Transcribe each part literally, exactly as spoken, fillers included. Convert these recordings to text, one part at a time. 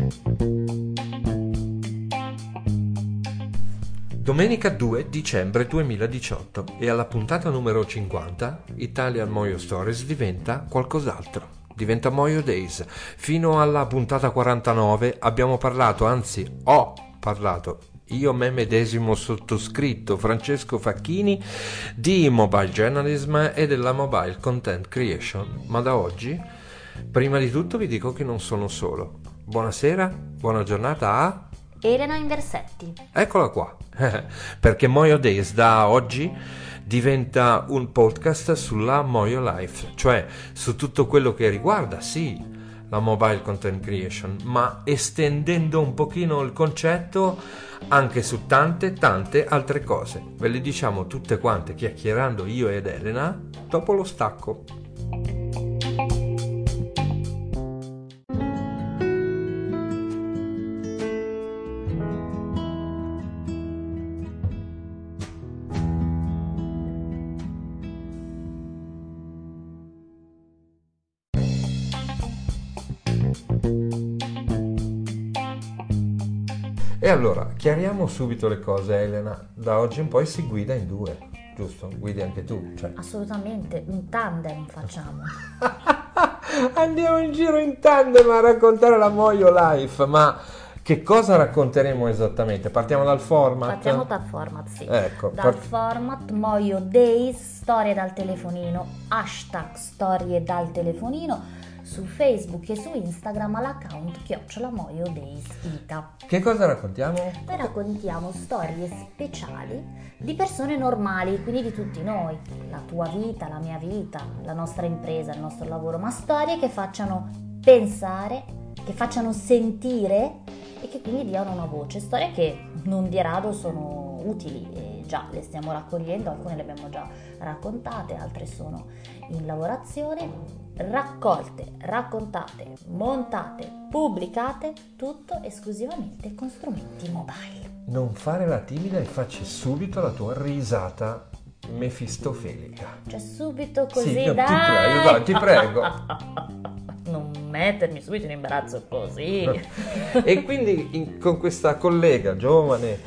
Domenica due dicembre duemiladiciotto e alla puntata numero cinquanta Italian Moio Stories diventa qualcos'altro, diventa Moio Days. Fino alla puntata quarantanove abbiamo parlato, anzi ho parlato, io me medesimo sottoscritto Francesco Facchini, di mobile journalism e della mobile content creation, ma da oggi, prima di tutto vi dico che non sono solo. Buonasera, buona giornata a... Elena Inversetti. Eccola qua, perché Moio Days da oggi diventa un podcast sulla Moio Life, cioè su tutto quello che riguarda, sì, la mobile content creation, ma estendendo un pochino il concetto anche su tante tante altre cose. Ve le diciamo tutte quante chiacchierando io ed Elena dopo lo stacco. E allora, chiariamo subito le cose, Elena. Da oggi in poi si guida in due, giusto? Guidi anche tu, cioè. Assolutamente, un tandem facciamo. Andiamo in giro in tandem a raccontare la Moio Life, ma che cosa racconteremo esattamente? Partiamo dal format? Partiamo dal format, sì. Ecco, dal part- format Moio Days, storie dal telefonino, hashtag storie dal telefonino, su Facebook e su Instagram all'account chiocciola Moio Days Ita. Che cosa raccontiamo? Noi raccontiamo storie speciali di persone normali, quindi di tutti noi, la tua vita, la mia vita, la nostra impresa, il nostro lavoro, ma storie che facciano pensare, che facciano sentire e che quindi diano una voce, storie che non di rado sono utili e già le stiamo raccogliendo, alcune le abbiamo già raccontate, altre sono in lavorazione, raccolte, raccontate, montate, pubblicate, tutto esclusivamente con strumenti mobile. Non fare la timida e facci subito la tua risata mefistofelica. Cioè subito così, sì, dai! Ti prego, dai, ti prego. Non mettermi subito in imbarazzo così. E quindi in, con questa collega giovane,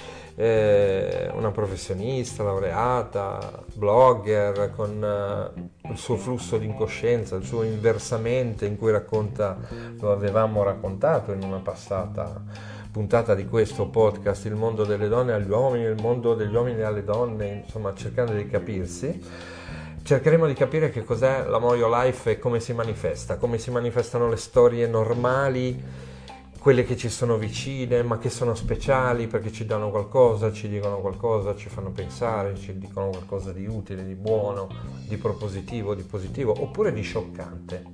eh, una professionista, laureata, blogger, con eh, il suo flusso di incoscienza, il suo inversamente in cui racconta, lo avevamo raccontato in una passata puntata di questo podcast, il mondo delle donne agli uomini, il mondo degli uomini alle donne, insomma cercando di capirsi. Cercheremo di capire che cos'è la Moio Life e come si manifesta, come si manifestano le storie normali, quelle che ci sono vicine, ma che sono speciali perché ci danno qualcosa, ci dicono qualcosa, ci fanno pensare, ci dicono qualcosa di utile, di buono, di propositivo, di positivo, oppure di scioccante,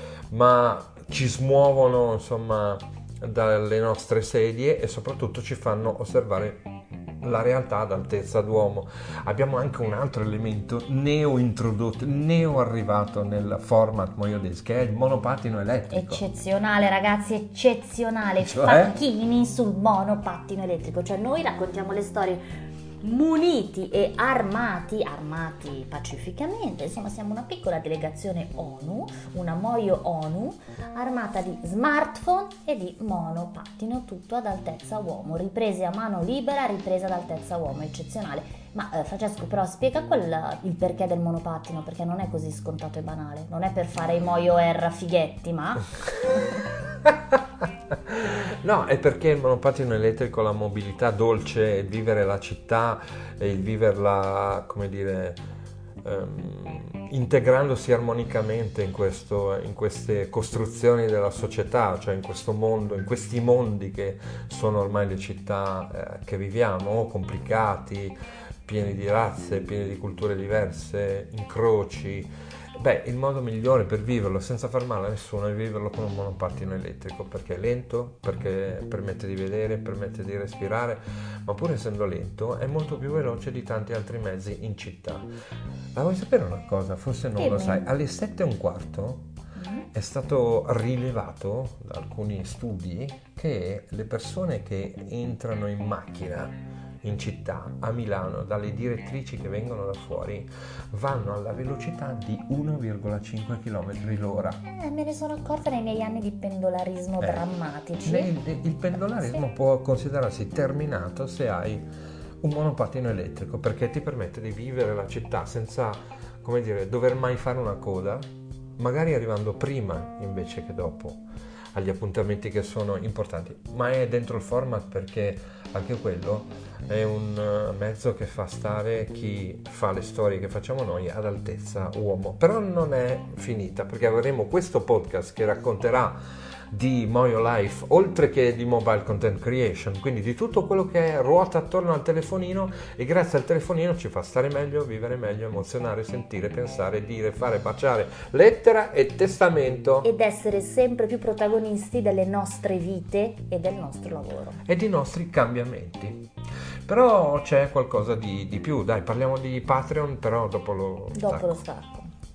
ma ci smuovono, insomma, dalle nostre sedie e soprattutto ci fanno osservare la realtà ad altezza d'uomo. Abbiamo anche un altro elemento neo introdotto, neo arrivato nel format Moio Days, che è il monopattino elettrico. Eccezionale, ragazzi, eccezionale. Cioè? Facchini sul monopattino elettrico. Cioè noi raccontiamo le storie muniti e armati, armati pacificamente, insomma siamo una piccola delegazione ONU, una Moio ONU, armata di smartphone e di monopattino, tutto ad altezza uomo, riprese a mano libera, ripresa ad altezza uomo, eccezionale. Ma eh, Francesco, però spiega quel, il perché del monopattino, perché non è così scontato e banale, non è per fare i Moio R fighetti, ma... No, è perché il monopattino elettrico, la mobilità dolce, il vivere la città e il viverla, come dire, ehm, integrandosi armonicamente in, questo, in queste costruzioni della società, cioè in questo mondo, in questi mondi che sono ormai le città eh, che viviamo, complicati, pieni di razze, pieni di culture diverse, incroci. Beh, il modo migliore per viverlo senza far male a nessuno è viverlo con un monopattino elettrico, perché è lento, perché permette di vedere, permette di respirare, ma pur essendo lento è molto più veloce di tanti altri mezzi in città. Ma vuoi sapere una cosa? Forse non lo sai. Alle sette e un quarto è stato rilevato da alcuni studi che le persone che entrano in macchina in città, a Milano, dalle direttrici che vengono da fuori, vanno alla velocità di uno virgola cinque chilometri l'ora. Eh, me ne sono accorta nei miei anni di pendolarismo Eh, drammatici. Il, il pendolarismo Sì. può considerarsi terminato se hai un monopattino elettrico, perché ti permette di vivere la città senza, come dire, dover mai fare una coda, magari arrivando prima invece che dopo agli appuntamenti che sono importanti, ma è dentro il format perché anche quello è un mezzo che fa stare chi fa le storie che facciamo noi ad altezza uomo. Però non è finita, perché avremo questo podcast che racconterà di Mojo Life, oltre che di mobile content creation, quindi di tutto quello che ruota attorno al telefonino, e grazie al telefonino ci fa stare meglio, vivere meglio, emozionare, sentire, pensare, dire, fare, baciare, lettera e testamento, Ed essere sempre più protagonisti delle nostre vite e del nostro lavoro. e di nostri cambiamenti. Però c'è qualcosa di, di più, dai, parliamo di Patreon, però dopo lo Dopo stacco. lo stacco.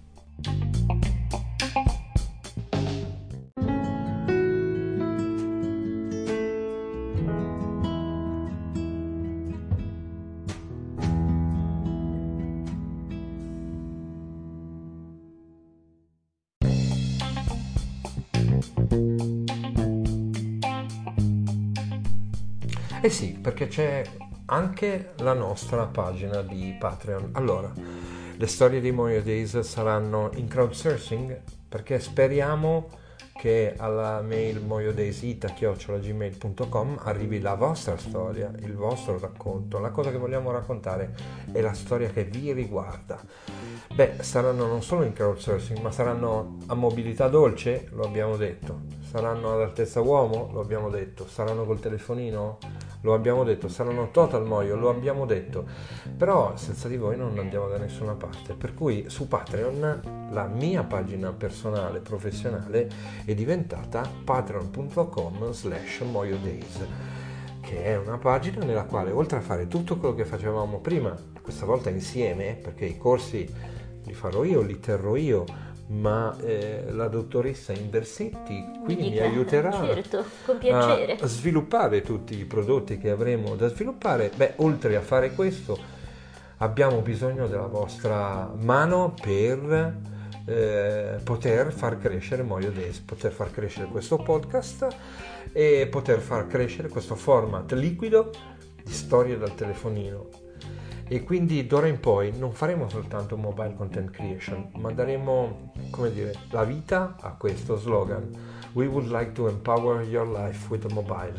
Eh sì, perché c'è anche la nostra pagina di Patreon. Allora, le storie di Mojo Days saranno in crowdsourcing, perché speriamo che alla mail mojodaysita chiocciola gmail punto com arrivi la vostra storia, il vostro racconto. La cosa che vogliamo raccontare è la storia che vi riguarda. Beh, saranno non solo in crowdsourcing, ma saranno a mobilità dolce, lo abbiamo detto, saranno ad altezza uomo, lo abbiamo detto, saranno col telefonino, lo abbiamo detto, saranno total Mojo, lo abbiamo detto, però senza di voi non andiamo da nessuna parte, per cui su Patreon la mia pagina personale professionale è diventata patreon punto com slash mojodays, che è una pagina nella quale, oltre a fare tutto quello che facevamo prima, questa volta insieme, perché i corsi li farò io, li terrò io, ma eh, la dottoressa Inversetti qui mi Dica, aiuterà certo, con piacere. a sviluppare tutti i prodotti che avremo da sviluppare. Beh, oltre a fare questo abbiamo bisogno della vostra mano per eh, poter far crescere Mojo Days, poter far crescere questo podcast e poter far crescere questo format liquido di storie dal telefonino. E quindi d'ora in poi non faremo soltanto mobile content creation, ma daremo, come dire, la vita a questo slogan: We would like to empower your life with a mobile.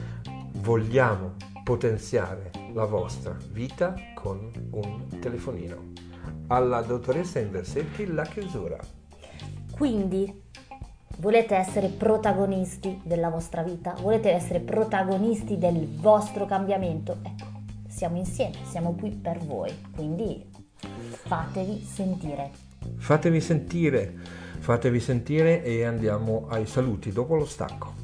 Vogliamo potenziare la vostra vita con un telefonino. Alla dottoressa Inversetti la chiusura. Quindi, volete essere protagonisti della vostra vita? Volete essere protagonisti del vostro cambiamento? Ecco, siamo insieme, siamo qui per voi, quindi fatevi sentire. Fatevi sentire, fatevi sentire e andiamo ai saluti dopo lo stacco.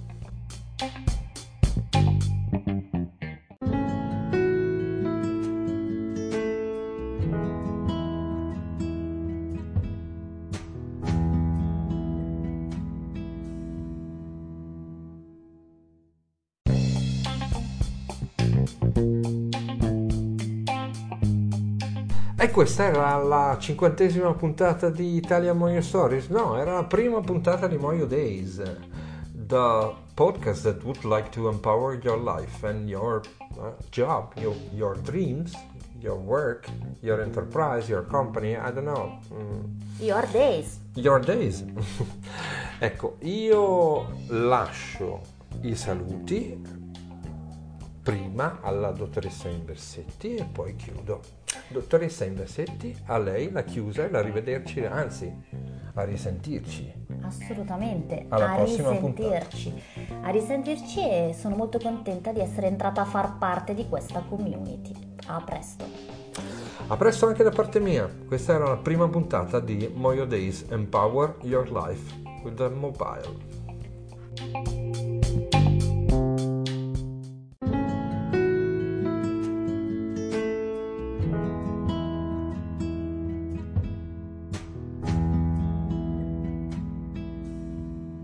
E questa era la cinquantesima puntata di Italia Mojo Stories? No, era la prima puntata di Mojo Days, the podcast that would like to empower your life and your uh, job, your, your dreams, your work, your enterprise, your company, I don't know. Mm. Your days. Your days. Ecco, io lascio i saluti prima alla dottoressa Inversetti e poi chiudo. Dottoressa Inversetti, a lei la chiusa e l'arrivederci, anzi a risentirci. Assolutamente, Alla a prossima risentirci. A risentirci, e sono molto contenta di essere entrata a far parte di questa community. A presto. A presto anche da parte mia. Questa era la prima puntata di Mojo Days Empower Your Life with a Mobile.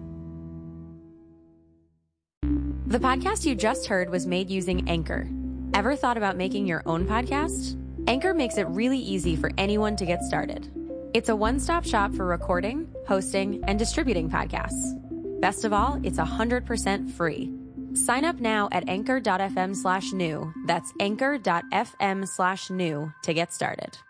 The podcast you just heard was made using Anchor. Ever thought about making your own podcast? Anchor makes it really easy for anyone to get started. It's a one-stop shop for recording, hosting, and distributing podcasts. Best of all, it's one hundred percent free. Sign up now at anchor.fm slash new. That's anchor.fm slash new to get started.